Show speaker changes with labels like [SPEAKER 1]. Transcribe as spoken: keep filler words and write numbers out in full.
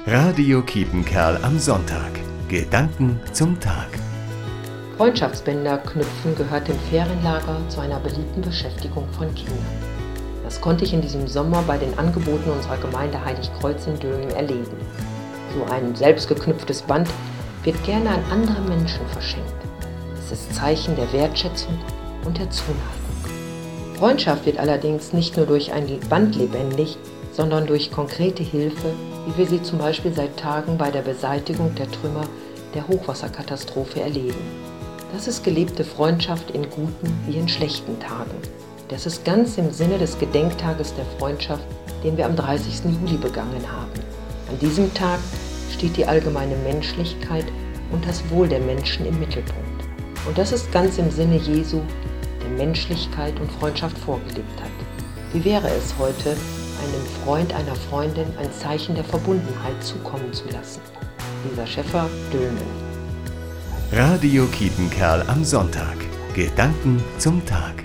[SPEAKER 1] Radio Kiepenkerl am Sonntag. Gedanken zum Tag.
[SPEAKER 2] Freundschaftsbänder knüpfen gehört im Ferienlager zu einer beliebten Beschäftigung von Kindern. Das konnte ich in diesem Sommer bei den Angeboten unserer Gemeinde Heiligkreuz in Dülmen erleben. So ein selbstgeknüpftes Band wird gerne an andere Menschen verschenkt. Es ist Zeichen der Wertschätzung und der Zuneigung. Freundschaft wird allerdings nicht nur durch ein Band lebendig, sondern durch konkrete Hilfe, wie wir sie zum Beispiel seit Tagen bei der Beseitigung der Trümmer der Hochwasserkatastrophe erleben. Das ist gelebte Freundschaft in guten wie in schlechten Tagen. Das ist ganz im Sinne des Gedenktages der Freundschaft, den wir am dreißigsten Juli begangen haben. An diesem Tag steht die allgemeine Menschlichkeit und das Wohl der Menschen im Mittelpunkt. Und das ist ganz im Sinne Jesu, der Menschlichkeit und Freundschaft vorgelebt hat. Wie wäre es heute, einem Freund, einer Freundin ein Zeichen der Verbundenheit zukommen zu lassen? Lisa Schäffer, Dülmen.
[SPEAKER 1] Radio Kiepenkerl am Sonntag. Gedanken zum Tag.